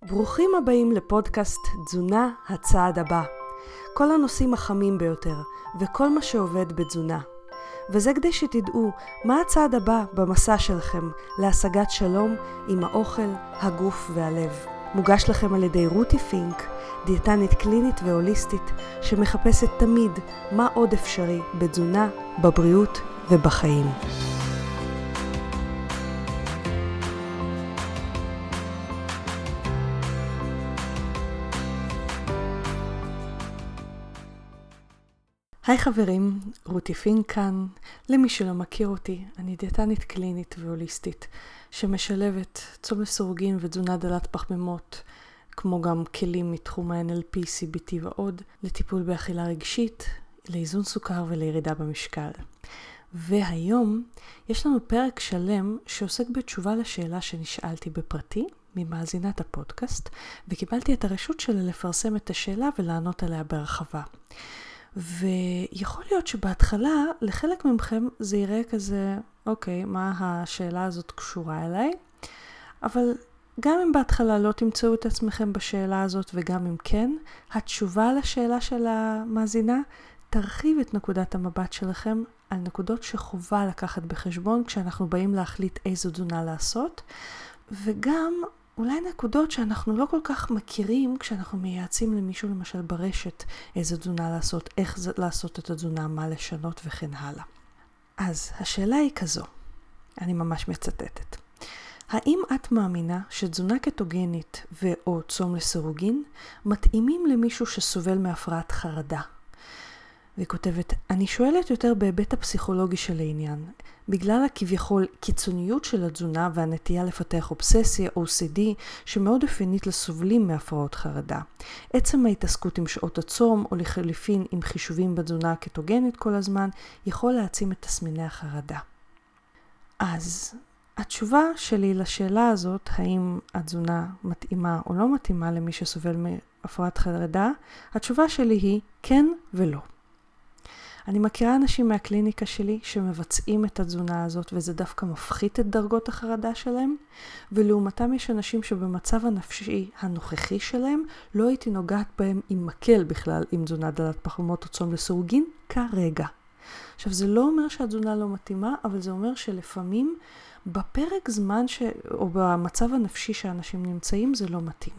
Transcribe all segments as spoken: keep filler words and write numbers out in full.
ברוכים הבאים לפודקאסט תזונה הצעד הבא. כל הנושאים החמים ביותר וכל מה שעובד בתזונה. וזה כדי שתדעו מה הצעד הבא במסע שלכם להשגת שלום עם האוכל, הגוף והלב. מוגש לכם על ידי רותי פינק, דיאטנית קלינית והוליסטית שמחפשת תמיד מה עוד אפשרי בתזונה, בבריאות ובחיים. היי חברים, רותי פינק כאן. למי שלא מכיר אותי, אני דיאטנית קלינית והוליסטית שמשלבת צום לסירוגין ותזונה דלת פחמימות, כמו גם כלים מתחום ה-אן אל פי, סי בי טי ועוד, לטיפול באכילה רגשית, לאיזון סוכר ולירידה במשקל. והיום יש לנו פרק שלם שעוסק בתשובה לשאלה שנשאלתי בפרטי ממאזינת הפודקאסט, וקיבלתי את הרשות שלה לפרסם את השאלה ולענות עליה בהרחבה. ויכול להיות שבהתחלה לחלק מכם זה יראה כזה, אוקיי, מה השאלה הזאת קשורה אליי? אבל גם אם בהתחלה לא תמצאו את עצמכם בשאלה הזאת, וגם אם כן, התשובה לשאלה של המאזינה תרחיב את נקודת המבט שלכם על נקודות שחובה לקחת בחשבון כשאנחנו באים להחליט איזו תזונה לעשות, וגם אולי נקודות שאנחנו לא כל כך מכירים כשאנחנו מייעצים למישהו למשל ברשת איזו תזונה לעשות, איך לעשות את התזונה, מה לשנות וכן הלאה. אז השאלה היא כזו, אני ממש מצטטת. האם את מאמינה שתזונה קטוגנית ו/או צום לסירוגין מתאימים למישהו שסובל מהפרעת חרדה? והיא כותבת, אני שואלת יותר בהיבט הפסיכולוגי של העניין, בגלל הכביכול קיצוניות של התזונה והנטייה לפתח אובססיה, או סי די, שמאוד אופיינית לסובלים מהפרעות חרדה. עצם ההתעסקות עם שעות הצום, או לחליפין עם חישובים בתזונה הקטוגנית כל הזמן, יכול להעצים את תסמיני החרדה. אז התשובה שלי לשאלה הזאת, האם התזונה מתאימה או לא מתאימה למי שסובל מהפרעת חרדה, התשובה שלי היא כן ולא. אני מכירה אנשים מהקליניקה שלי שמבצעים את התזונה הזאת, וזה דווקא מפחית את דרגות החרדה שלהם, ולעומתם יש אנשים שבמצב הנפשי הנוכחי שלהם, לא הייתי נוגעת בהם עם מקל בכלל, עם תזונה דלת פחמימות או צום לסירוגין, כרגע. עכשיו, זה לא אומר שהתזונה לא מתאימה, אבל זה אומר שלפעמים בפרק זמן ש... או במצב הנפשי שאנשים נמצאים, זה לא מתאים.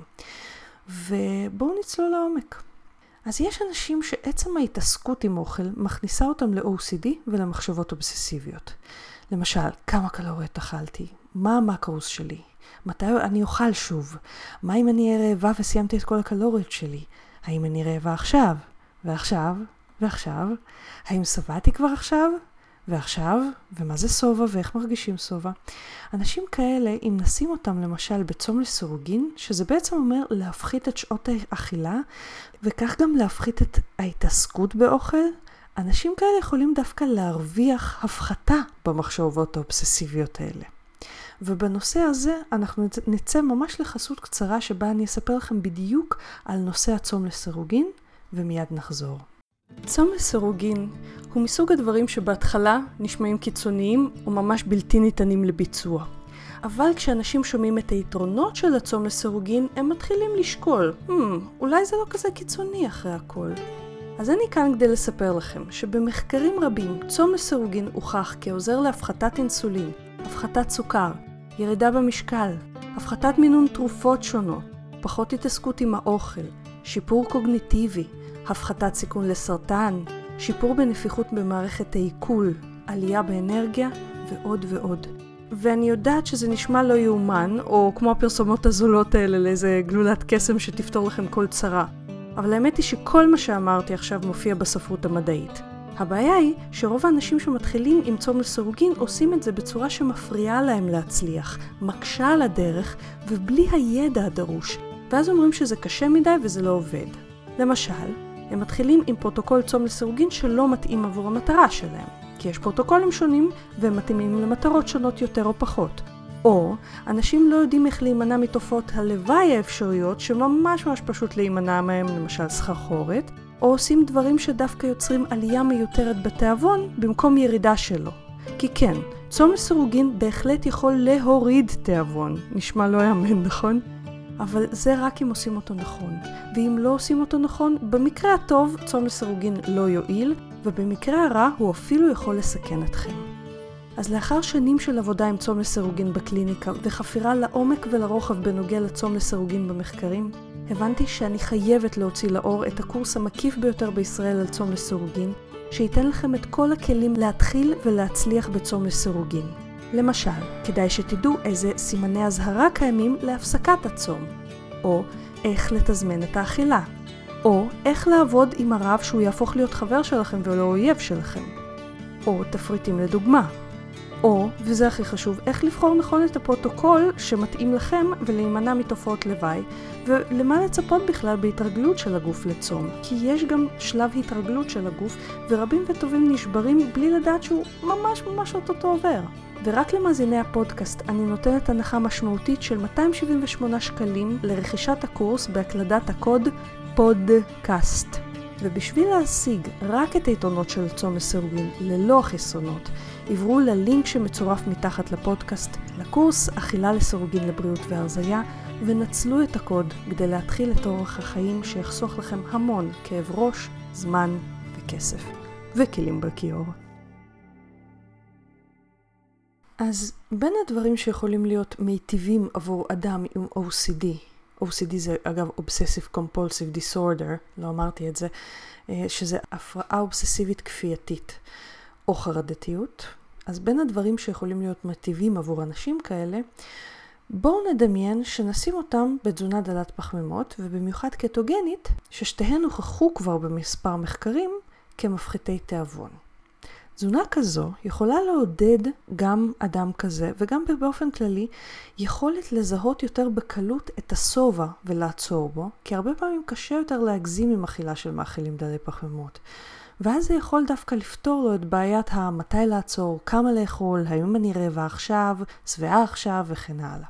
ובואו נצלול לעומק. אז יש אנשים שעצם ההתעסקות עם אוכל מכניסה אותם ל-או סי די ולמחשבות אובססיביות. למשל, כמה קלוריות אכלתי? מה המקרוס שלי? מתי אני אוכל שוב? מה אם אני אהיה רעבה וסיימתי את כל הקלוריות שלי? האם אני רעבה עכשיו? ועכשיו? ועכשיו? האם שבעתי כבר עכשיו? ועכשיו? ומה זה סובה ואיך מרגישים סובה? אנשים כאלה, אם נשים אותם למשל בצום לסירוגין, שזה בעצם אומר להפחית את שעות האכילה, וכך גם להפחית את ההתעסקות באוכל, אנשים כאלה יכולים דווקא להרוויח הפחתה במחשבות האובססיביות האלה. ובנושא הזה אנחנו נצא ממש לחסות קצרה שבה אני אספר לכם בדיוק על נושא הצום לסירוגין, ומיד נחזור. צום לסירוגין הוא מסוג הדברים שבהתחלה נשמעים קיצוניים או ממש בלתי ניתנים לביצוע. אבל כשאנשים שומעים את היתרונות של הצום לסירוגין, הם מתחילים לשקול, hmm, אולי זה לא כזה קיצוני אחרי הכל. אז אני כאן כדי לספר לכם שבמחקרים רבים צום לסירוגין הוכח כעוזר להפחתת אינסולין, הפחתת סוכר, ירידה במשקל, הפחתת מינון תרופות שונות, פחות התעסקות עם האוכל, שיפור קוגניטיבי, הפחתת סיכון לסרטן, שיפור בנפיחות במערכת העיכול, עלייה באנרגיה ועוד ועוד. ואני יודעת שזה נשמע לא יאומן, או כמו הפרסומות הזולות האלה לאיזה גלולת קסם שתפתור לכם כל צרה. אבל האמת היא שכל מה שאמרתי עכשיו מופיע בספרות המדעית. הבעיה היא שרוב האנשים שמתחילים עם צום לסירוגין עושים את זה בצורה שמפריעה להם להצליח, מקשה על הדרך ובלי הידע הדרוש. ואז אומרים שזה קשה מדי וזה לא עובד. למשל, הם מתחילים עם פרוטוקול צום לסירוגין שלא מתאים עבור המטרה שלהם, כי יש פרוטוקולים שונים והם מתאימים למטרות שונות יותר או פחות. או אנשים לא יודעים איך להימנע מתופעות הלוואי האפשריות שממש ממש פשוט להימנע מהם, למשל סחרחורת, או עושים דברים שדווקא יוצרים עלייה מיותרת בתיאבון במקום ירידה שלו. כי כן, צום לסירוגין בהחלט יכול להוריד תיאבון, נשמע לא יאמן, נכון? אבל זה רק אם עושים אותו נכון. ואם לא עושים אותו נכון, במקרה הטוב צום לסירוגין לא יועיל, ובמקרה הרע הוא אפילו יכול לסכן אתכם. אז לאחר שנים של עבודה עם צום לסירוגין בקליניקה וחפירה לעומק ולרוחב בנוגע לצום לסירוגין במחקרים, הבנתי שאני חייבת להוציא לאור את הקורס המקיף ביותר בישראל על צום לסירוגין, שייתן לכם את כל הכלים להתחיל ולהצליח בצום לסירוגין. למשל, כדאי שתדעו איזה סימני הזהרה קיימים להפסקת הצום, או איך לתזמן את האכילה, או איך לעבוד עם הרב שהוא יהפוך להיות חבר שלכם ולא אויב שלכם, או תפריטים לדוגמה, או, וזה הכי חשוב, איך לבחור נכון את הפרוטוקול שמתאים לכם ולהימנע מתופעות לוואי, ולמה לצפות בכלל בהתרגלות של הגוף לצום, כי יש גם שלב התרגלות של הגוף, ורבים וטובים נשברים בלי לדעת שהוא ממש ממש אותו עובר. ורק למאזיני הפודקאסט אני נותנת הנחה משמעותית של מאתיים שבעים ושמונה שקלים לרכישת הקורס בהקלדת הקוד פודקאסט. ובשביל להשיג רק את היתרונות של צום לסירוגין ללא החסרונות, עברו ללינק שמצורף מתחת לפודקאסט לקורס אכילה לסירוגין לבריאות והרזיה, ונצלו את הקוד כדי להתחיל את אורח החיים שיחסוך לכם המון כאב ראש, זמן וכסף. וכלים בכיור. אז בין הדברים שיכולים להיות מיטיבים עבור אדם עם או סי די, או סי די זה אגב Obsessive Compulsive Disorder, לא אמרתי את זה, שזה הפרעה אובססיבית כפייתית או חרדתיות. אז בין הדברים שיכולים להיות מיטיבים עבור אנשים כאלה, בואו נדמיין שנשים אותם בתזונה דלת פחמימות, ובמיוחד קטוגנית, ששתיהן הוכחו כבר במספר מחקרים כמפחיתי תיאבון. תזונה כזו יכולה לעודד גם אדם כזה, וגם באופן כללי, יכולת לזהות יותר בקלות את הסובה ולעצור בו, כי הרבה פעמים קשה יותר להגזים עם אכילה של מאכילים דלי פחמימות. ואז זה יכול דווקא לפתור לו את בעיית המתי לעצור, כמה לאכול, האם אני רעבה עכשיו, שבעה עכשיו וכן הלאה.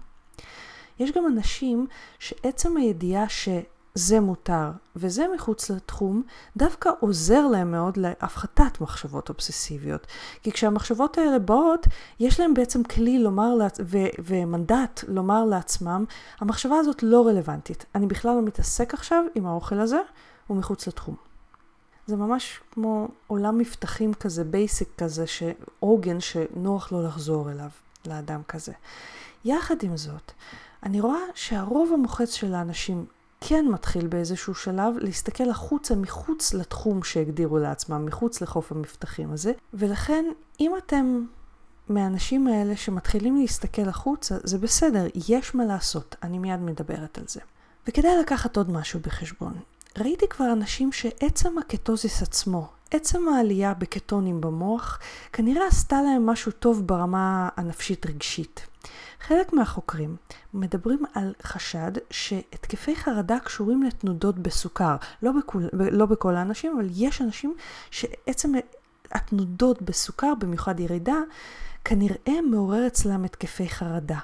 יש גם אנשים שעצם הידיעה ש... זה מותר, וזה מחוץ לתחום, דווקא עוזר להם מאוד להפחתת מחשבות אובססיביות. כי כשהמחשבות האלה באות, יש להם בעצם כלי לומר, ו- ומנדט לומר לעצמם, המחשבה הזאת לא רלוונטית. אני בכלל לא מתעסק עכשיו עם האוכל הזה, הוא מחוץ לתחום. זה ממש כמו עולם מבטחים כזה, בייסיק כזה, עוגן שנוח לו לחזור אליו, לאדם כזה. יחד עם זאת, אני רואה שהרוב המוחץ של האנשים כן מתחיל באיזשהו שלב להסתכל החוצה מחוץ לתחום שהגדירו לעצמם, מחוץ לחוף המבטחים הזה, ולכן אם אתם מהאנשים האלה שמתחילים להסתכל החוצה, זה בסדר, יש מה לעשות, אני מיד מדברת על זה. וכדאי לקחת עוד משהו בחשבון. ראיתי כבר אנשים שעצם הקטוזיס עצמו, עצם העלייה בקטונים במוח, כנראה עשתה להם משהו טוב ברמה הנפשית רגשית. חלק מהחוקרים מדברים על חשד שהתקפי חרדה קשורים לתנודות בסוכר. לא בכל, לא בכל האנשים, אבל יש אנשים שעצם התנודות בסוכר, במיוחד ירידה, כנראה מעורר אצלם התקפי חרדה.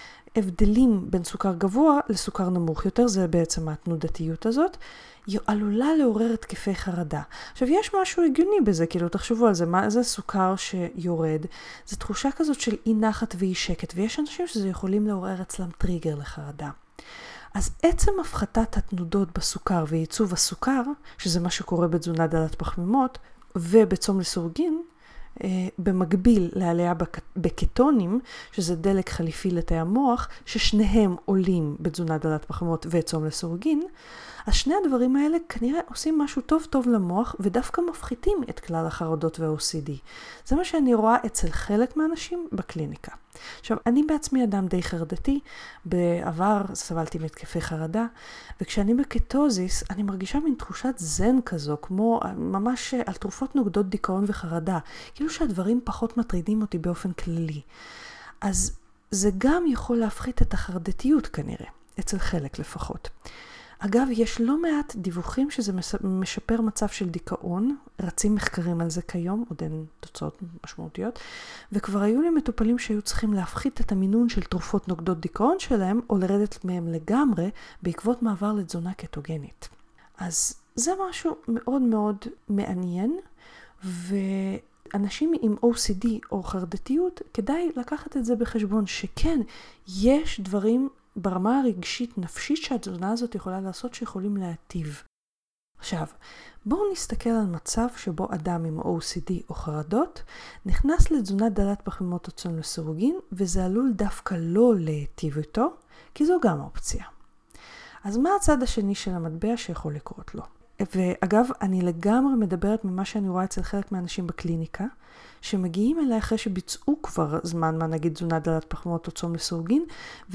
הבדלים בין סוכר גבוה לסוכר נמוך יותר, זה בעצם התנודתיות הזאת, היא עלולה לעורר התקפי חרדה. עכשיו, יש משהו הגיוני בזה, כאילו, תחשבו על זה, מה זה סוכר שיורד? זו תחושה כזאת של אי נחת ואי שקט, ויש אנשים שזה יכולים לעורר אצלם טריגר לחרדה. אז עצם הפחתת התנודות בסוכר וייצוב הסוכר, שזה מה שקורה בתזונה דלת פחמימות, ובצום לסירוגין, במקביל לעלייה בקטונים, שזה דלק חליפי לתאי המוח, ששניהם עולים בתזונה דלת פחמימות וצום לסירוגין, אז שני הדברים האלה כנראה עושים משהו טוב טוב למוח, ודווקא מפחיתים את כלל החרדות וה-או סי די. זה מה שאני רואה אצל חלק מהאנשים בקליניקה. עכשיו, אני בעצמי אדם די חרדתי, בעבר סבלתי מתקפי חרדה, וכשאני בקטוזיס, אני מרגישה מין תחושת זן כזו, כמו ממש על תרופות נוגדות דיכאון וחרדה, כאילו שהדברים פחות מטרידים אותי באופן כללי. אז זה גם יכול להפחית את החרדתיות כנראה, אצל חלק לפחות. אגב, יש לא מעט דיווחים שזה משפר מצב של דיכאון, רצים מחקרים על זה כיום, עוד אין תוצאות משמעותיות, וכבר היו לי מטופלים שהיו צריכים להפחית את המינון של תרופות נוגדות דיכאון שלהם, או לרדת מהם לגמרי, בעקבות מעבר לתזונה קטוגנית. אז זה משהו מאוד מאוד מעניין, ואנשים עם או סי די או חרדתיות, כדאי לקחת את זה בחשבון, שכן, יש דברים ברמה הרגשית נפשית שהתזונה הזאת יכולה לעשות שיכולים להטיב. עכשיו, בואו נסתכל על מצב שבו אדם עם או סי די או חרדות נכנס לתזונה דלת פחמימות או צום לסירוגין, וזה עלול דווקא לא להיטיב איתו, כי זו גם אופציה. אז מה הצד השני של המטבע שיכול לקרות לו? ואגב, אני לגמרי מדברת ממה שאני רואה אצל חלק מהאנשים בקליניקה, שמגיעים אליי אחרי שביצעו כבר זמן מה נגיד תזונה דלת פחמימות או צום לסירוגין,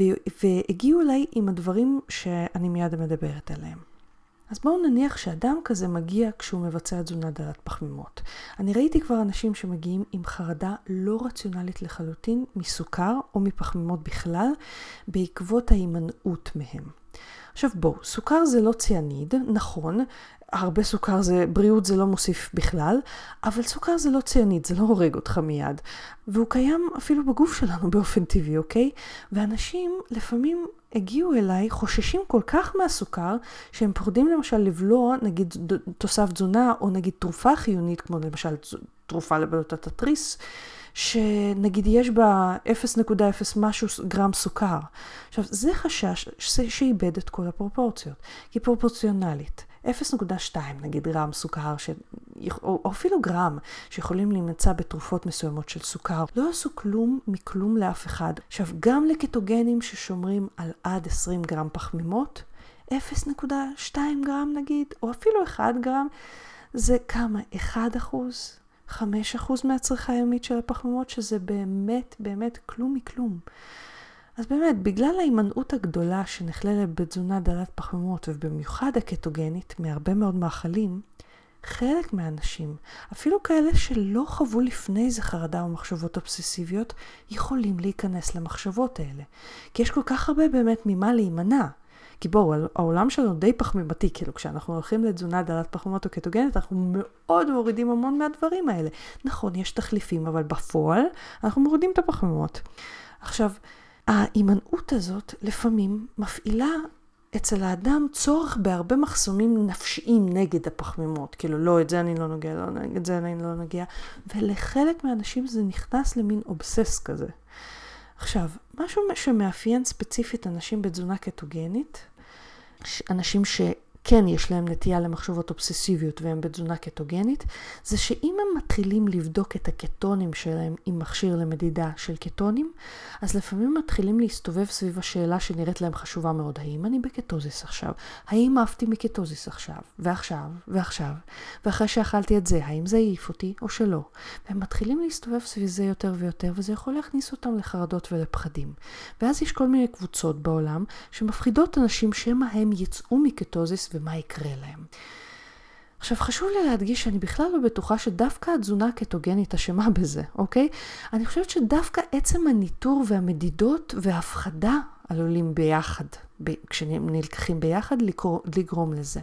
והגיעו אליי עם הדברים שאני מיד מדברת עליהם. אז בואו נניח שאדם כזה מגיע כשהוא מבצע תזונה דלת פחמימות. אני ראיתי כבר אנשים שמגיעים עם חרדה לא רציונלית לחלוטין מסוכר או מפחמימות בכלל, בעקבות ההימנעות מהם. עכשיו בואו, סוכר זה לא ציאניד, נכון, הרבה סוכר זה, בריאות זה לא מוסיף בכלל, אבל סוכר זה לא ציאניד, זה לא הורג אותך מיד. והוא קיים אפילו בגוף שלנו באופן טבעי, אוקיי? ואנשים לפעמים הגיעו אליי, חוששים כל כך מהסוכר, שהם פוחדים למשל לבלוע, נגיד תוסף תזונה, או נגיד תרופה חיונית, כמו למשל תרופה לבלוטת התריס, שנגיד יש בה אפס נקודה אפס משהו גרם סוכר. עכשיו, זה חשש שאיבד את כל הפרופורציות, כי פרופורציונלית. אפס נקודה שתיים נגיד גרם סוכר, ש... או, או אפילו גרם שיכולים להימצא בתרופות מסוימות של סוכר, לא עשו כלום מכלום לאף אחד. עכשיו, גם לקטוגנים ששומרים על עד עשרים גרם פחמימות, אפס נקודה שתיים גרם נגיד, או אפילו אחד גרם, זה כמה? אחד אחוז? חמש אחוז מהצריכה היומית של הפחמימות, שזה באמת, באמת כלום מכלום. אז באמת, בגלל ההימנעות הגדולה שנכללת בתזונה דלת פחמימות, ובמיוחד הקטוגנית, מהרבה מאוד מאכלים, חלק מהאנשים, אפילו כאלה שלא חוו לפני זה חרדה או מחשבות אובססיביות, יכולים להיכנס למחשבות האלה. כי יש כל כך הרבה באמת ממה להימנע. כי בואו, העולם שלנו די פחמימתי, כאילו כשאנחנו הולכים לתזונה דלת פחמימות או קטוגנית, אנחנו מאוד מורידים המון מהדברים האלה. נכון, יש תחליפים, אבל בפועל אנחנו מורידים את הפחמימות. עכשיו, ההימנעות הזאת לפעמים מפעילה אצל האדם צורך בהרבה מחסומים נפשיים נגד הפחמימות. כאילו, לא, את זה אני לא נוגע, לא, את זה אני לא נוגע. ולחלק מהאנשים זה נכנס למין אובסס כזה. עכשיו, משהו שמאפיין ספציפית אנשים בתזונה קטוגנית, אנשים שכן יש להם נטייה למחשבות אובססיביות והם בתזונה קטוגנית, זה שאם הם מתחילים לבדוק את הקטונים שלהם עם מכשיר למדידה של קטונים, אז לפעמים מתחילים להסתובב סביב השאלה שנראית להם חשובה מאוד. האם אני בקטוזיס עכשיו? האם עפתי מקטוזיס עכשיו? ועכשיו? ועכשיו? ואחרי שאכלתי את זה, האם זה העיף אותי או שלא? והם מתחילים להסתובב סביב זה יותר ויותר, וזה יכול להכניס אותם לחרדות ולפחדים. ואז יש כל מיני קבוצות בעולם שמפחידות אנשים שמה הם יצאו מקטוזיס ומה יקרה להם. עכשיו, חשוב לי להדגיש שאני בכלל לא בטוחה שדווקא התזונה הקטוגנית אשמה בזה, אוקיי? אני חושבת שדווקא עצם הניטור והמדידות וההפחדה עלולים ביחד, כשהם נלקחים ביחד, לגרום לזה.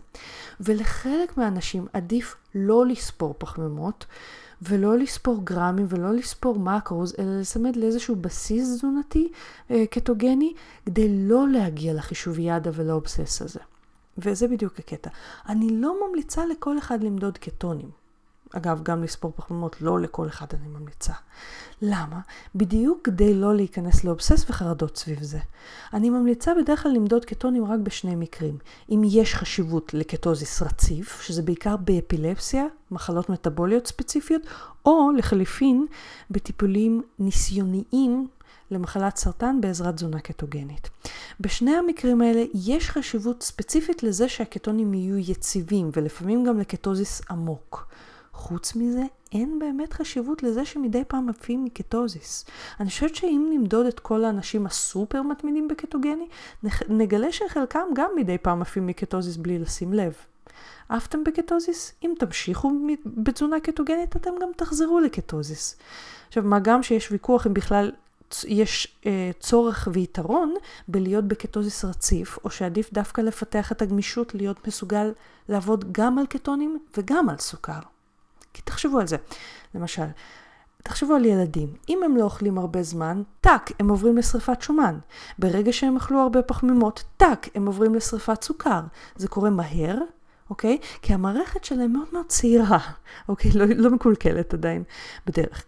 ולחלק מהאנשים עדיף לא לספור פחמימות, ולא לספור גרמים ולא לספור מקרוז, אלא לסמד לאיזשהו בסיס תזונתי אה, קטוגני, כדי לא להגיע לחישוב ידע ולאובסס הזה. וזה בדיוק הקטע. אני לא ממליצה לכל אחד למדוד קטונים. אגב, גם לספור פחמימות, לא לכל אחד אני ממליצה. למה? בדיוק כדי לא להיכנס לאובסס וחרדות סביב זה. אני ממליצה בדרך כלל למדוד קטונים רק בשני מקרים. אם יש חשיבות לקטוזיס רציף, שזה בעיקר באפילפסיה, מחלות מטאבוליות ספציפיות, או לחליפין בטיפולים ניסיוניים למחלת סרטן בעזרת תזונה קטוגנית. בשני המקרים האלה יש חשיבות ספציפית לזה שהקטונים יהיו יציבים, ולפעמים גם לקטוזיס עמוק. חוץ מזה, אין באמת חשיבות לזה שמדי פעם מפעים מקטוזיס. אני חושבת שאם נמדוד את כל האנשים הסופר מתמידים בקטוגני, נגלה שחלקם גם מדי פעם מפעים מקטוזיס בלי לשים לב. עפתם בקטוזיס? אם תמשיכו בתזונה קטוגנית, אתם גם תחזרו לקטוזיס. עכשיו, מה גם שיש ויכוח אם בכלל יש אה, צורך ויתרון בלהיות בקטוזיס רציף, או שעדיף דווקא לפתח את הגמישות להיות מסוגל לעבוד גם על קטונים וגם על סוכר. כי תחשבו על זה. למשל, תחשבו על ילדים. אם הם לא אוכלים הרבה זמן, טק, הם עוברים לשריפת שומן. ברגע שהם אכלו הרבה פחמימות, טק, הם עוברים לשריפת סוכר. זה קורה מהר, אוקיי? כי המערכת שלהם מאוד מאוד צעירה, אוקיי? לא, לא מקולקלת עדיין בדרך כלל.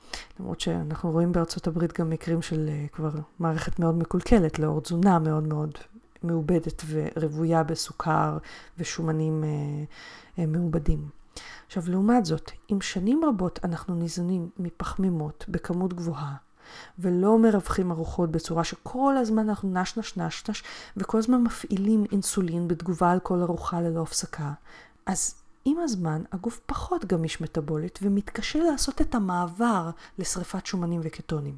למרות שאנחנו רואים בארצות הברית גם מקרים של כבר מערכת מאוד מקולקלת, לאור תזונה מאוד מאוד מעובדת ורבויה בסוכר ושומנים מעובדים. עכשיו, לעומת זאת, אם שנים רבות אנחנו ניזונים מפחמימות בכמות גבוהה, ולא מרווחים ארוחות בצורה שכל הזמן אנחנו נש נש נש נש, וכל הזמן מפעילים אינסולין בתגובה על כל ארוחה ללא הפסקה, אז עם הזמן הגוף פחות גמיש מטאבולית ומתקשה לעשות את המעבר לשריפת שומנים וקטונים.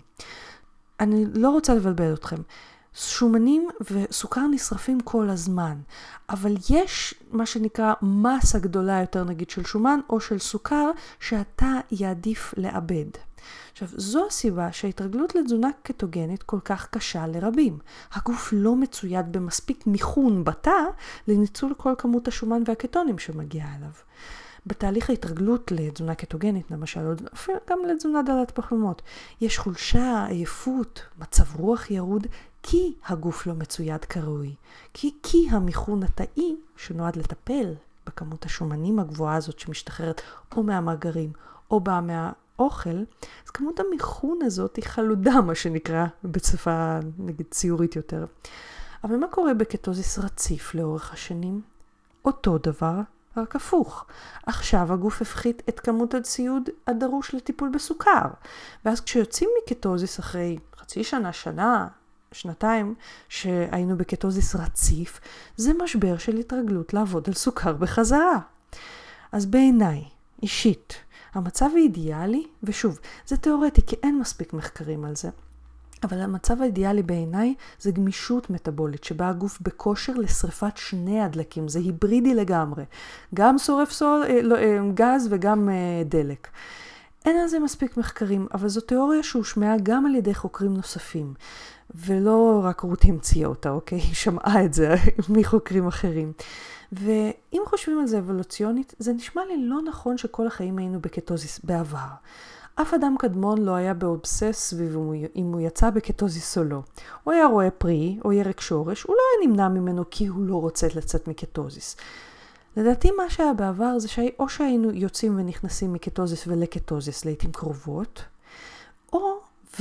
אני לא רוצה לבלבל אתכם. שומנים וסוכר נשרפים כל הזמן, אבל יש מה שנקרא מסה גדולה יותר נגיד של שומן או של סוכר שאתה יעדיף לאבד. עכשיו, זו הסיבה שההתרגלות לתזונה קטוגנית כל כך קשה לרבים. הגוף לא מצויד במספיק מיכון בתא לניצול כל כמות השומן והקטונים שמגיעה אליו. בתהליך ההתרגלות לתזונה קטוגנית, למשל, גם לתזונה דלת פחמימות, יש חולשה, עייפות, מצב רוח ירוד, כי הגוף לא מצויד כראוי. כי, כי המיכון התאי שנועד לטפל בכמות השומנים הגבוהה הזאת שמשתחררת או מהמאגרים או באה מהאוכל, אז כמות המיכון הזאת היא חלודה, מה שנקרא בשפה נגיד ציורית יותר. אבל מה קורה בקטוזיס רציף לאורך השנים? אותו דבר, רק הפוך. עכשיו הגוף הפחית את כמות הציוד הדרוש לטיפול בסוכר. ואז כשיוצאים מקטוזיס אחרי חצי שנה, שנה, שנתיים שהיינו בקטוזיס רציף, זה משבר של התרגלות לעבוד על סוכר בחזרה. אז בעיניי, אישית, המצב האידיאלי, ושוב, זה תיאורטי כי אין מספיק מחקרים על זה, אבל המצב האידיאלי בעיניי זה גמישות מטאבולית, שבה הגוף בכושר לשריפת שני הדלקים, זה היברידי לגמרי, גם שורף סול, גז וגם דלק. אין על זה מספיק מחקרים, אבל זו תיאוריה שהושמעה גם על ידי חוקרים נוספים, ולא רק רותי המציאה אותה, אוקיי? היא שמעה את זה מחוקרים אחרים. ואם חושבים על זה אבולוציונית, זה נשמע לי לא נכון שכל החיים היינו בקטוזיס בעבר. אף אדם קדמון לא היה באובסס סביב אם הוא יצא בקטוזיס או לא. הוא היה רואה פרי או ירק שורש, הוא לא היה נמנע ממנו כי הוא לא רוצה לצאת מקטוזיס. לדעתי מה שהיה בעבר זה שאו שהיינו יוצאים ונכנסים מקטוזיס ולקטוזיס לעתים קרובות, או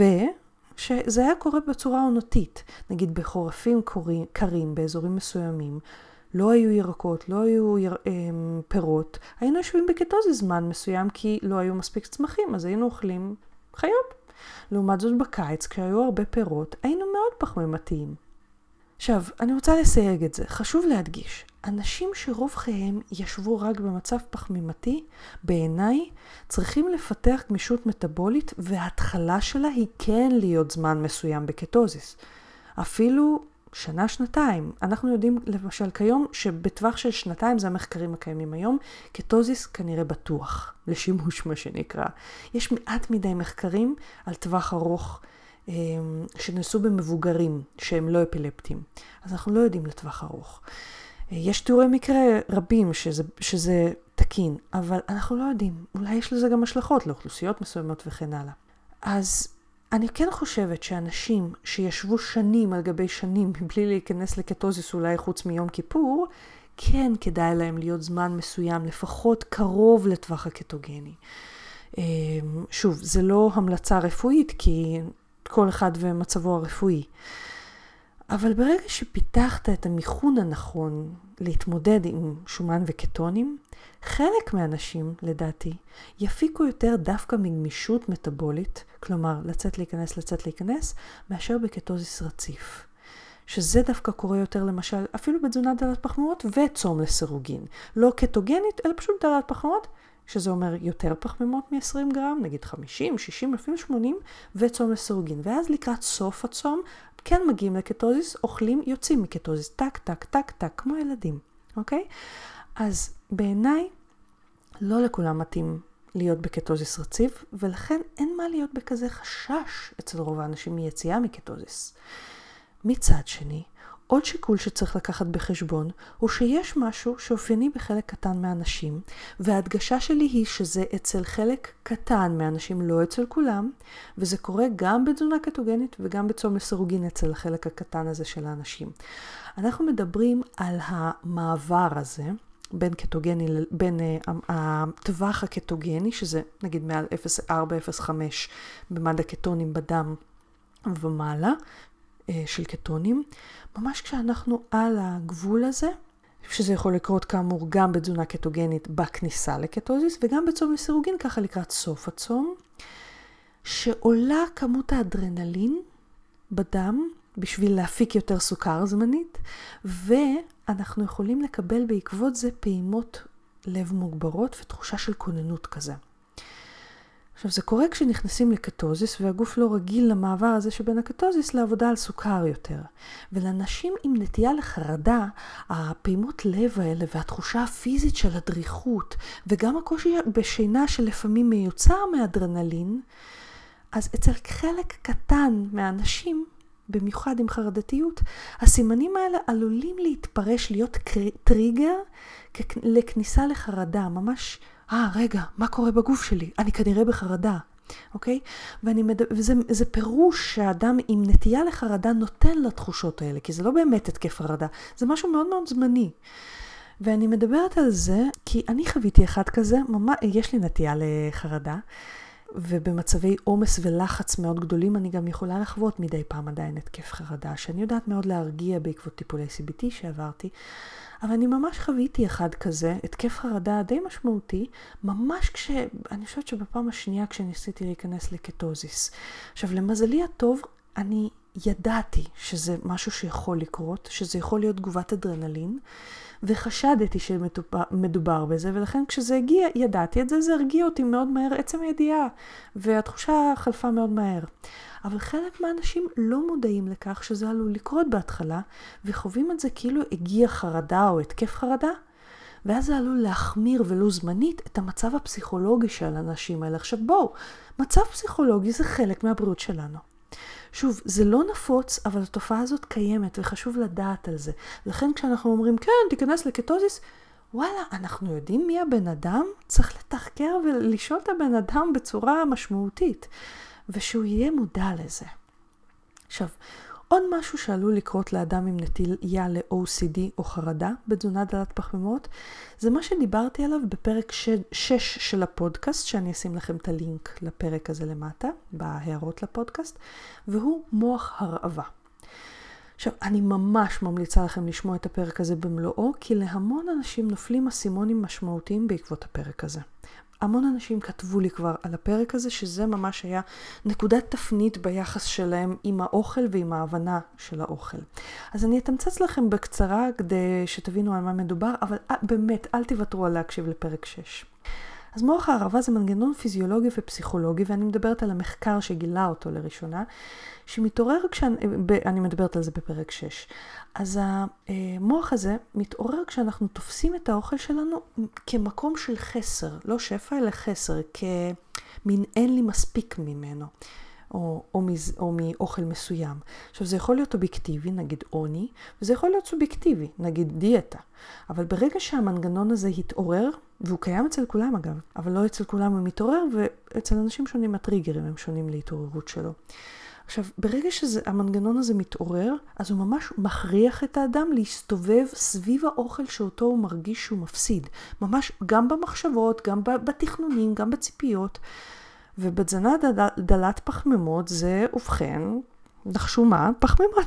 ושזה היה קורה בצורה עונתית. נגיד בחורפים קרים באזורים מסוימים, לא היו ירקות, לא היו יר... פירות, היינו יושבים בקטוזיס זמן מסוים כי לא היו מספיק צמחים, אז היינו אוכלים חיות. לעומת זאת בקיץ, כשהיו הרבה פירות, היינו מאוד פחמימתיים. עכשיו, אני רוצה לסייג את זה. חשוב להדגיש, אנשים שרוב חייהם ישבו רק במצב פחמימתי, בעיניי צריכים לפתח גמישות מטאבולית, וההתחלה שלה היא כן להיות זמן מסוים בקטוזיס. אפילו שנה, שנתיים. אנחנו יודעים למשל כיום שבטווח של שנתיים, זה המחקרים הקיימים היום, קטוזיס כנראה בטוח, לשימוש מה שנקרא. יש מעט מדי מחקרים על טווח ארוך, שנעשו במבוגרים שהם לא אפילפטיים. אז אנחנו לא יודעים לטווח ארוך. יש תיאורי מקרה רבים שזה, שזה תקין, אבל אנחנו לא יודעים. אולי יש לזה גם השלכות לאוכלוסיות מסוימות וכן הלאה. אז אני כן חושבת שאנשים שישבו שנים על גבי שנים מבלי להיכנס לקטוזיס אולי חוץ מיום כיפור, כן כדאי להם להיות זמן מסוים, לפחות קרוב לטווח הקטוגני. שוב, זה לא המלצה רפואית, כי כל אחד ומצבו הרפואי. אבל ברגע שפיתחת את המיכון הנכון להתמודד עם שומן וקטונים, חלק מהאנשים, לדעתי, יפיקו יותר דווקא מגמישות מטאבולית, כלומר, לצאת להיכנס, לצאת להיכנס, מאשר בקטוזיס רציף. שזה דווקא קורה יותר למשל, אפילו בתזונה דלת פחמימות וצום לסירוגין. לא קטוגנית, אלא פשוט דלת פחמימות, שזה אומר יותר פחמימות מ-עשרים גרם, נגיד חמישים, שישים, אפילו שמונים, וצום לסירוגין. ואז לקראת סוף הצום, כן מגיעים לקטוזיס, אוכלים, יוצאים מקטוזיס, טק, טק, טק, טק, כמו ילדים, אוקיי? אז בעיניי, לא לכולם מתאים להיות בקטוזיס רציף, ולכן אין מה להיות בכזה חשש אצל רוב האנשים מיציאה מקטוזיס. מצד שני, עוד שיקול שצריך לקחת בחשבון, הוא שיש משהו שאופייני בחלק קטן מהאנשים, וההדגשה שלי היא שזה אצל חלק קטן מהאנשים, לא אצל כולם, וזה קורה גם בתזונה קטוגנית וגם בצום לסירוגין אצל החלק הקטן הזה של האנשים. אנחנו מדברים על המעבר הזה, בין קטוגני, בין uh, הטווח הקטוגני, שזה נגיד מעל אפס נקודה ארבע אפס נקודה חמש במד הקטונים בדם ומעלה uh, של קטונים, ממש כשאנחנו על הגבול הזה, שזה יכול לקרות כאמור גם בתזונה קטוגנית בכניסה לקטוזיס, וגם בצום לסירוגין, ככה לקראת סוף הצום, שעולה כמות האדרנלין בדם, בשביל להפיק יותר סוכר זמנית, ואנחנו יכולים לקבל בעקבות זה פעימות לב מוגברות ותחושה של כוננות כזה. עכשיו, זה קורה כשנכנסים לקטוזיס, והגוף לא רגיל למעבר הזה שבין הקטוזיס לעבודה על סוכר יותר. ולאנשים עם נטייה לחרדה, הפעימות לב האלה והתחושה הפיזית של הדריכות, וגם הקושי בשינה שלפעמים מיוצר מאדרנלין, אז אצל חלק קטן מהאנשים, במיוחד עם חרדתיות, הסימנים האלה עלולים להתפרש, להיות טריגר לכניסה לחרדה, ממש, אה, רגע, מה קורה בגוף שלי? אני כנראה בחרדה, אוקיי? ואני מדבר, וזה זה פירוש שהאדם עם נטייה לחרדה נותן לתחושות האלה, כי זה לא באמת התקף חרדה, זה משהו מאוד מאוד זמני. ואני מדברת על זה, כי אני חוויתי אחד כזה, ממש, יש לי נטייה לחרדה, ובמצבי עומס ולחץ מאוד גדולים אני גם יכולה לחוות מדי פעם עדיין התקף חרדה, שאני יודעת מאוד להרגיע בעקבות טיפולי סי בי טי שעברתי, אבל אני ממש חוויתי אחד כזה, התקף חרדה די משמעותי, ממש כש... אני חושבת שבפעם השנייה כשניסיתי להיכנס לקטוזיס. עכשיו, למזלי הטוב, אני ידעתי שזה משהו שיכול לקרות, שזה יכול להיות תגובת אדרנלין, וחשדתי שמדובר בזה, ולכן כשזה הגיע, ידעתי את זה, זה הרגיע אותי מאוד מהר, עצם הידיעה, והתחושה חלפה מאוד מהר. אבל חלק מהאנשים לא מודעים לכך שזה עלול לקרות בהתחלה, וחווים את זה כאילו הגיע חרדה או התקף חרדה, ואז זה עלול להחמיר ולו זמנית את המצב הפסיכולוגי של האנשים האלה. עכשיו בואו, מצב פסיכולוגי זה חלק מהבריאות שלנו. שוב, זה לא נפוץ, אבל התופעה הזאת קיימת וחשוב לדעת על זה. לכן כשאנחנו אומרים, כן, תיכנס לקטוזיס, וואלה, אנחנו יודעים מי הבן אדם, צריך לתחקר ולשאול את הבן אדם בצורה משמעותית, ושהוא יהיה מודע לזה. עכשיו, עוד משהו שעלול לקרות לאדם עם נטייה ל-או סי די או חרדה בתזונה דלת פחמימות, זה מה שדיברתי עליו בפרק שש של הפודקאסט, שאני אשים לכם את הלינק לפרק הזה למטה, בהערות לפודקאסט, והוא מוח הרעבה. עכשיו, אני ממש ממליצה לכם לשמוע את הפרק הזה במלואו, כי להמון אנשים נופלים אסימונים משמעותיים בעקבות הפרק הזה. המון אנשים כתבו לי כבר על הפרק הזה, שזה ממש היה נקודת תפנית ביחס שלהם עם האוכל ועם ההבנה של האוכל. אז אני אתמצץ לכם בקצרה כדי שתבינו על מה מדובר, אבל באמת, אל תוותרו על להקשיב לפרק שש. אז מוח הערבה זה מנגנון פיזיולוגי ופסיכולוגי, ואני מדברת על המחקר שגילה אותו לראשונה, שמתעורר כשאני, אני מדברת על זה בפרק שש. אז המוח הזה מתעורר כשאנחנו תופסים את האוכל שלנו כמקום של חסר, לא שפע אלא חסר, כמין אין לי מספיק ממנו, או, או, מז, או מאוכל מסוים. עכשיו זה יכול להיות אובייקטיבי, נגיד עוני, וזה יכול להיות סובייקטיבי, נגיד דיאטה. אבל ברגע שהמנגנון הזה התעורר, והוא קיים אצל כולם אגב, אבל לא אצל כולם הוא מתעורר, ואצל אנשים שונים הטריגרים הם שונים להתעוררות שלו. עכשיו, ברגע שהמנגנון הזה מתעורר, אז הוא ממש מכריח את האדם להסתובב סביב האוכל שאותו הוא מרגיש שהוא מפסיד. ממש גם במחשבות, גם בתכנונים, גם בציפיות. ובתזונה דלת פחמימות זה, ובכן, נחשו מה? פחמימות.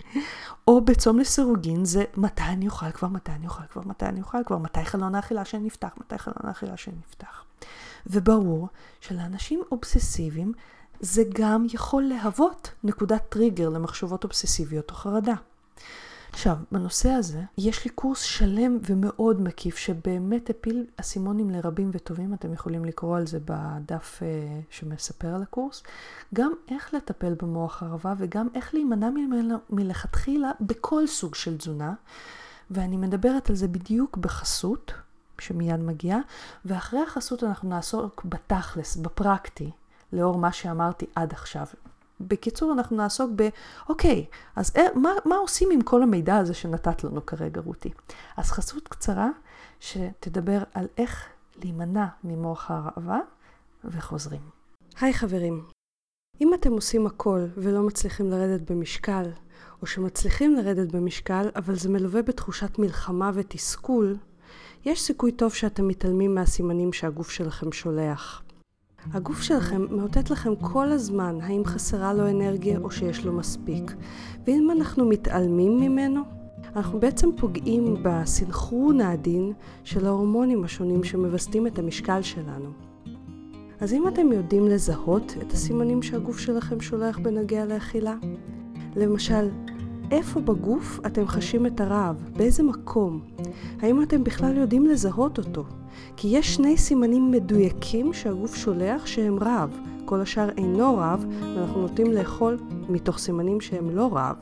או בצום לסירוגין זה מתי אני אוכל כבר, מתי אני אוכל כבר, מתי אני אוכל כבר, מתי חלון האכילה שנפתח, מתי חלון האכילה שנפתח. וברור שלאנשים אובססיביים זה גם יכול להוות נקודת טריגר למחשבות אובססיביות או חרדה. עכשיו, בנושא הזה, יש לי קורס שלם ומאוד מקיף, שבאמת הפיל אסימונים לרבים וטובים, אתם יכולים לקרוא על זה בדף uh, שמספר על הקורס, גם איך לטפל במוח הערבה, וגם איך להימנע ממנו מלכתחילה בכל סוג של תזונה, ואני מדברת על זה בדיוק בחסות, שמיד מגיעה, ואחרי החסות אנחנו נעסוק בתכלס, בפרקטי, לאור מה שאמרתי עד עכשיו. בקיצור, אנחנו נעסוק ב, אוקיי, אז מה, מה עושים עם כל המידע הזה שנתת לנו כרגע, רותי? אז חסות קצרה שתדבר על איך להימנע ממוח הרעבה, וחוזרים. היי חברים, אם אתם עושים הכל ולא מצליחים לרדת במשקל, או שמצליחים לרדת במשקל, אבל זה מלווה בתחושת מלחמה ותסכול, יש סיכוי טוב שאתם מתעלמים מהסימנים שהגוף שלכם שולח. הגוף שלכם מאותת לכם כל הזמן האם חסרה לו אנרגיה או שיש לו מספיק. ואם אנחנו מתעלמים ממנו, אנחנו בעצם פוגעים בסנכרון העדין של ההורמונים השונים שמווסתים את המשקל שלנו. אז אם אתם יודעים לזהות את הסימנים שהגוף שלכם שולח בנוגע לאכילה, למשל, איפה בגוף אתם חשים את הרעב? באיזה מקום? האם אתם בכלל יודעים לזהות אותו? כי יש שני סימנים מדויקים שהגוף שולח שהם רעב. כל השאר אינו רעב, ואנחנו נוטים לאכול מתוך סימנים שהם לא רעב.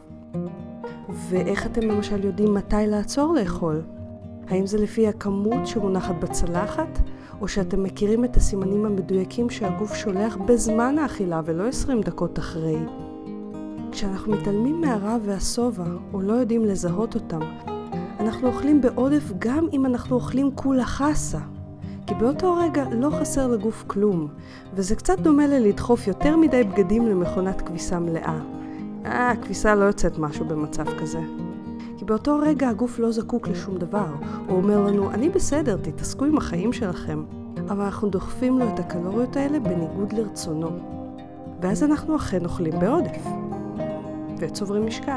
ואיך אתם למשל יודעים מתי לעצור לאכול? האם זה לפי הכמות שמונחת בצלחת? או שאתם מכירים את הסימנים המדויקים שהגוף שולח בזמן האכילה ולא עשרים דקות אחרי? כשאנחנו מתעלמים מהרעב והשובע, או לא יודעים לזהות אותם, אנחנו אוכלים בעודף גם אם אנחנו אוכלים כולה חסה. כי באותו רגע לא חסר לגוף כלום, וזה קצת דומה ללדחוף יותר מדי בגדים למכונת כביסה מלאה. אה, הכביסה לא יוצאת משהו במצב כזה. כי באותו רגע הגוף לא זקוק לשום דבר. הוא אומר לנו, אני בסדר, תתעסקו עם החיים שלכם. אבל אנחנו דוחפים לו את הקלוריות האלה בניגוד לרצונו. ואז אנחנו אכן אוכלים בעודף. וצוברים משקל.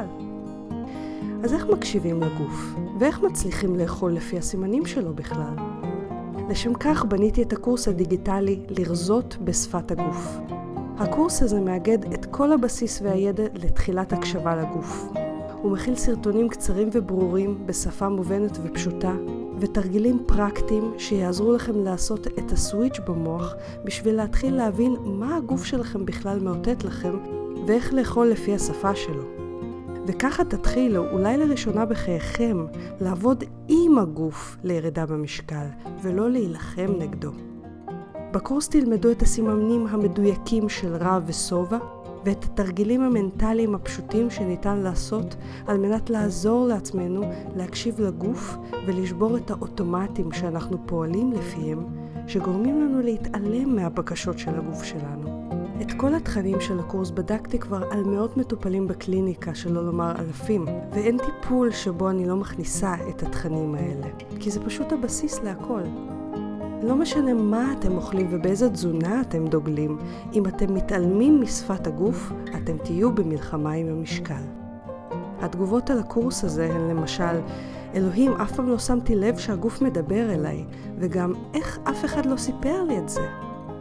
אז איך מקשיבים לגוף? ואיך מצליחים לאכול לפי הסימנים שלו בכלל? לשם כך בניתי את הקורס הדיגיטלי לרזות בשפת הגוף. הקורס הזה מאגד את כל הבסיס והידע לתחילת הקשבה לגוף. הוא מכיל סרטונים קצרים וברורים בשפה מובנת ופשוטה, ותרגילים פרקטיים שיעזרו לכם לעשות את הסוויץ' במוח בשביל להתחיל להבין מה הגוף שלכם בכלל מאותת לכם ואיך לאכול לפי השפה שלו. וככה תתחילו, אולי לראשונה בחייכם, לעבוד עם הגוף לירידה במשקל, ולא להילחם נגדו. בקורס תלמדו את הסימנים המדויקים של רעב ושובע, ואת התרגילים המנטליים הפשוטים שניתן לעשות על מנת לעזור לעצמנו להקשיב לגוף ולשבור את האוטומטים שאנחנו פועלים לפיהם, שגורמים לנו להתעלם מהבקשות של הגוף שלנו. את כל התכנים של הקורס בדקתי כבר על מאות מטופלים בקליניקה, שלא לומר אלפים, ואין טיפול שבו אני לא מכניסה את התכנים האלה, כי זה פשוט הבסיס להכל. לא משנה מה אתם אוכלים ובאיזה תזונה אתם דוגלים, אם אתם מתעלמים משפת הגוף, אתם תהיו במלחמה עם המשקל. התגובות על הקורס הזה הן למשל, אלוהים, אף פעם לא שמתי לב שהגוף מדבר אליי, וגם איך אף אחד לא סיפר לי את זה.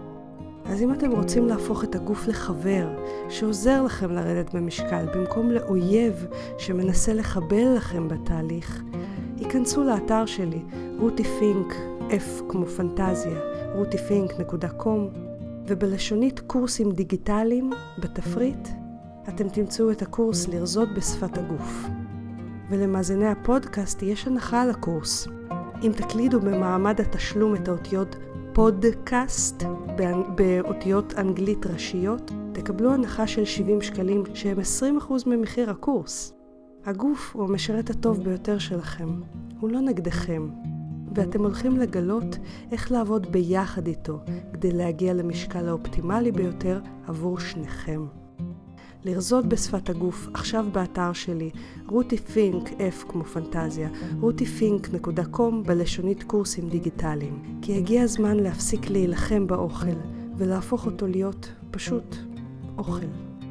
אז אם אתם רוצים להפוך את הגוף לחבר שעוזר לכם לרדת במשקל במקום לאויב שמנסה לחבל לכם בתהליך, היכנסו לאתר שלי רותי פינק, F כמו פנטזיה, רותי פינק נקודה קום, ובלשונית קורסים דיגיטליים בתפריט אתם תמצאו את הקורס לרזות בשפת הגוף. ולמאזיני הפודקאסט יש הנחה על הקורס. אם תקלידו במעמד התשלום את האותיות פודקאסט באותיות אנגלית ראשיות, תקבלו הנחה של שבעים שקלים שהם עשרים אחוז ממחיר הקורס. הגוף הוא המשרת הטוב ביותר שלכם, הוא לא נגדכם, ואתם הולכים לגלות איך לעבוד ביחד איתו כדי להגיע למשקל האופטימלי ביותר עבור שניכם. לרזות בשפת הגוף, עכשיו באתר שלי, רותי פינק, F כמו פנטזיה, רותי פינק נקודה קום בלשונית קורסים דיגיטליים. כי הגיע הזמן להפסיק להילחם באוכל, ולהפוך אותו להיות פשוט אוכל.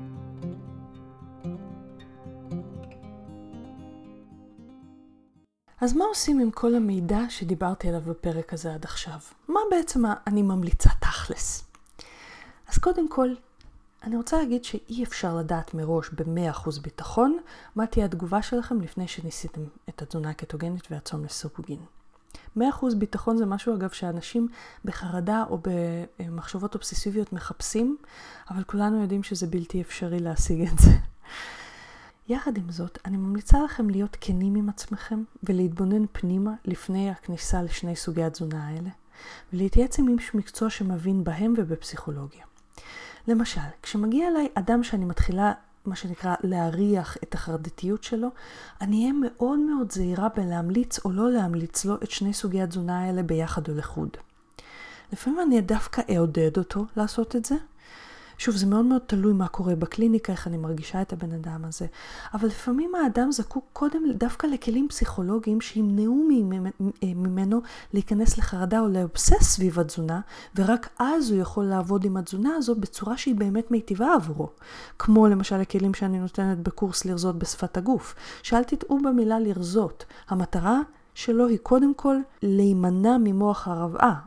אז מה עושים עם כל המידע שדיברתי עליו בפרק הזה עד עכשיו? מה בעצם אני ממליצה תכלס? אז קודם כל, אני רוצה להגיד שאי אפשר לדעת מראש ב-מאה אחוז ביטחון מה תהיה התגובה שלכם לפני שניסיתם את התזונה הקטוגנית והצום לסירוגין. מאה אחוז ביטחון זה משהו אגב שאנשים בחרדה או במחשבות אובססיביות מחפשים, אבל כולנו יודעים שזה בלתי אפשרי להשיג את זה. יחד עם זאת, אני ממליצה לכם להיות כנים עם עצמכם ולהתבונן פנימה לפני הכניסה לשני סוגי התזונה האלה, ולהתייעץ עם איש מקצוע שמבין בהם ובפסיכולוגיה. למשל, כשמגיע אליי אדם שאני מתחילה, מה שנקרא, להריח את החרדתיות שלו, אני אהיה מאוד מאוד זהירה בלהמליץ או לא להמליץ לו את שני סוגי התזונה האלה ביחד או לחוד. לפעמים אני דווקא אעודד אותו לעשות את זה, שוב, זה מאוד מאוד תלוי מה קורה בקליניקה, איך אני מרגישה את הבן אדם הזה. אבל לפעמים האדם זקוק קודם דווקא לכלים פסיכולוגיים שימנעו ממנו להיכנס לחרדה או לאובסס סביב התזונה, ורק אז הוא יכול לעבוד עם התזונה הזו בצורה שהיא באמת מיטיבה עבורו. כמו למשל הכלים שאני נותנת בקורס לרזות בשפת הגוף. שאל תטעו במילה לרזות. המטרה שלו היא קודם כל להימנע ממוח הרבעה,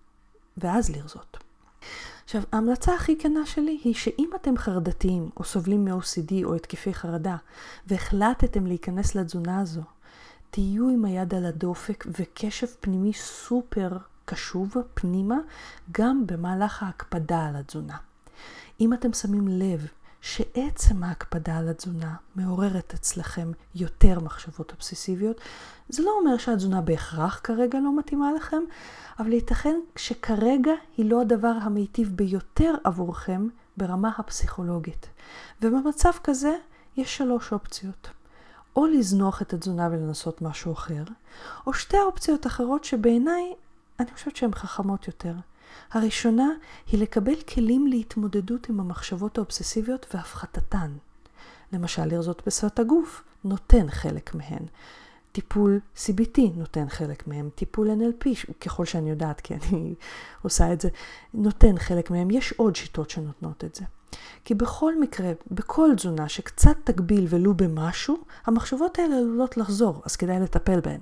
ואז לרזות. עכשיו, ההמלצה הכי כנה שלי היא שאם אתם חרדתיים או סובלים מ-או סי די או התקפי חרדה והחלטתם להיכנס לתזונה הזו, תהיו עם היד על הדופק וקשב פנימי סופר קשוב פנימה גם במהלך ההקפדה על התזונה. אם אתם שמים לב שעצם ההקפדה על התזונה מעוררת אצלכם יותר מחשבות אובססיביות, זה לא אומר שהתזונה בהכרח כרגע לא מתאימה לכם, אבל ייתכן שכרגע היא לא הדבר המיטיב ביותר עבורכם ברמה הפסיכולוגית. ובמצב כזה יש שלוש אופציות. או לזנוח את התזונה ולנסות משהו אחר, או שתי האופציות אחרות שבעיניי אני חושבת שהן חכמות יותר. הראשונה היא לקבל כלים להתמודדות עם המחשבות האובססיביות והפחתתן. למשל, לרזות בשפת הגוף נותן חלק מהן. טיפול סי בי טי נותן חלק מהם. טיפול אן אל פי, ככל שאני יודעת, כי אני עושה את זה, נותן חלק מהם. יש עוד שיטות שנותנות את זה. כי בכל מקרה, בכל תזונה שקצת תגביל ולו במשהו, המחשבות האלה עלולות לחזור, אז כדאי לטפל בהן.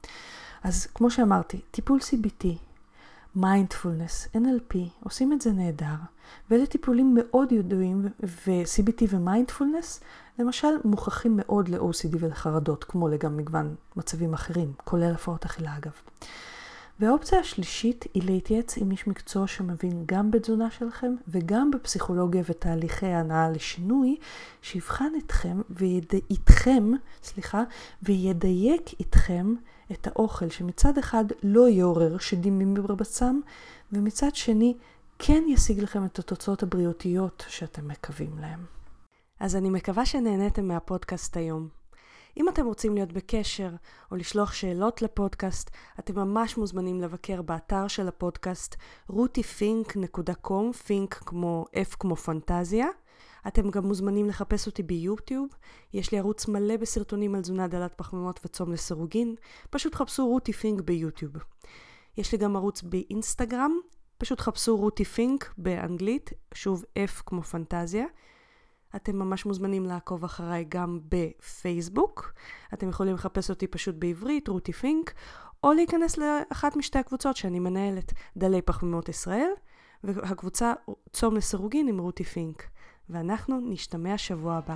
אז כמו שאמרתי, טיפול סי בי טי, מיינדפולנס, אן אל פי, עושים את זה נהדר, ואלה טיפולים מאוד ידועים, ו-סי בי טי ומיינדפולנס, למשל, מוכחים מאוד ל-או סי די ולחרדות, כמו לגם מגוון מצבים אחרים, כולל הפרעות אכילה אגב. והאופציה השלישית היא להתייעץ עם איש מקצוע שמבין גם בתזונה שלכם, וגם בפסיכולוגיה ותהליכי הנעה לשינוי, שיבחן אתכם ואיתכם, סליחה, וידייק איתכם את האוכל, שמצד אחד לא יעורר שדים מבצם, ומצד שני כן ישיג לכם את התוצאות הבריאותיות שאתם מקווים להם. אז אני מקווה שנהניתם מהפודקאסט היום. אם אתם רוצים להיות בקשר או לשלוח שאלות לפודקאסט, אתם ממש מוזמנים לבקר באתר של הפודקאסט רותי פינק נקודה קום, פינק כמו F כמו פנטזיה. אתם גם מוזמנים לחפש אותי ביוטיוב, יש לי ערוץ מלא בסרטונים על תזונה דלת פחמימות וצום לסירוגין, פשוט חפשו רותי פינק ביוטיוב. יש לי גם ערוץ באינסטגרם, פשוט חפשו רותי פינק באנגלית, שוב F כמו פנטזיה. אתם ממש מוזמנים לעקוב אחריי גם בפייסבוק, אתם יכולים לחפש אותי פשוט בעברית, רותי פינק, או להיכנס לאחת משתי הקבוצות שאני מנהלת, דלי פחמימות ישראל, והקבוצה צום לסירוגין עם רותי פינק. ואנחנו נשתמע שבוע הבא.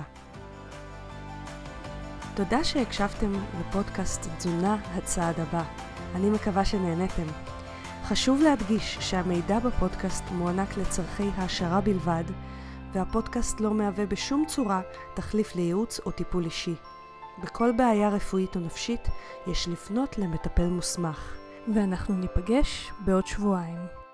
תודה שהקשבתם לפודקאסט תזונה הצעד הבא. אני מקווה שנהניתם. חשוב להדגיש שהמידע בפודקאסט מוענק לצרכי העשרה בלבד, והפודקאסט לא מהווה בשום צורה תחליף לייעוץ או טיפול אישי. בכל בעיה רפואית או נפשית יש לפנות למטפל מוסמך. ואנחנו ניפגש בעוד שבועיים.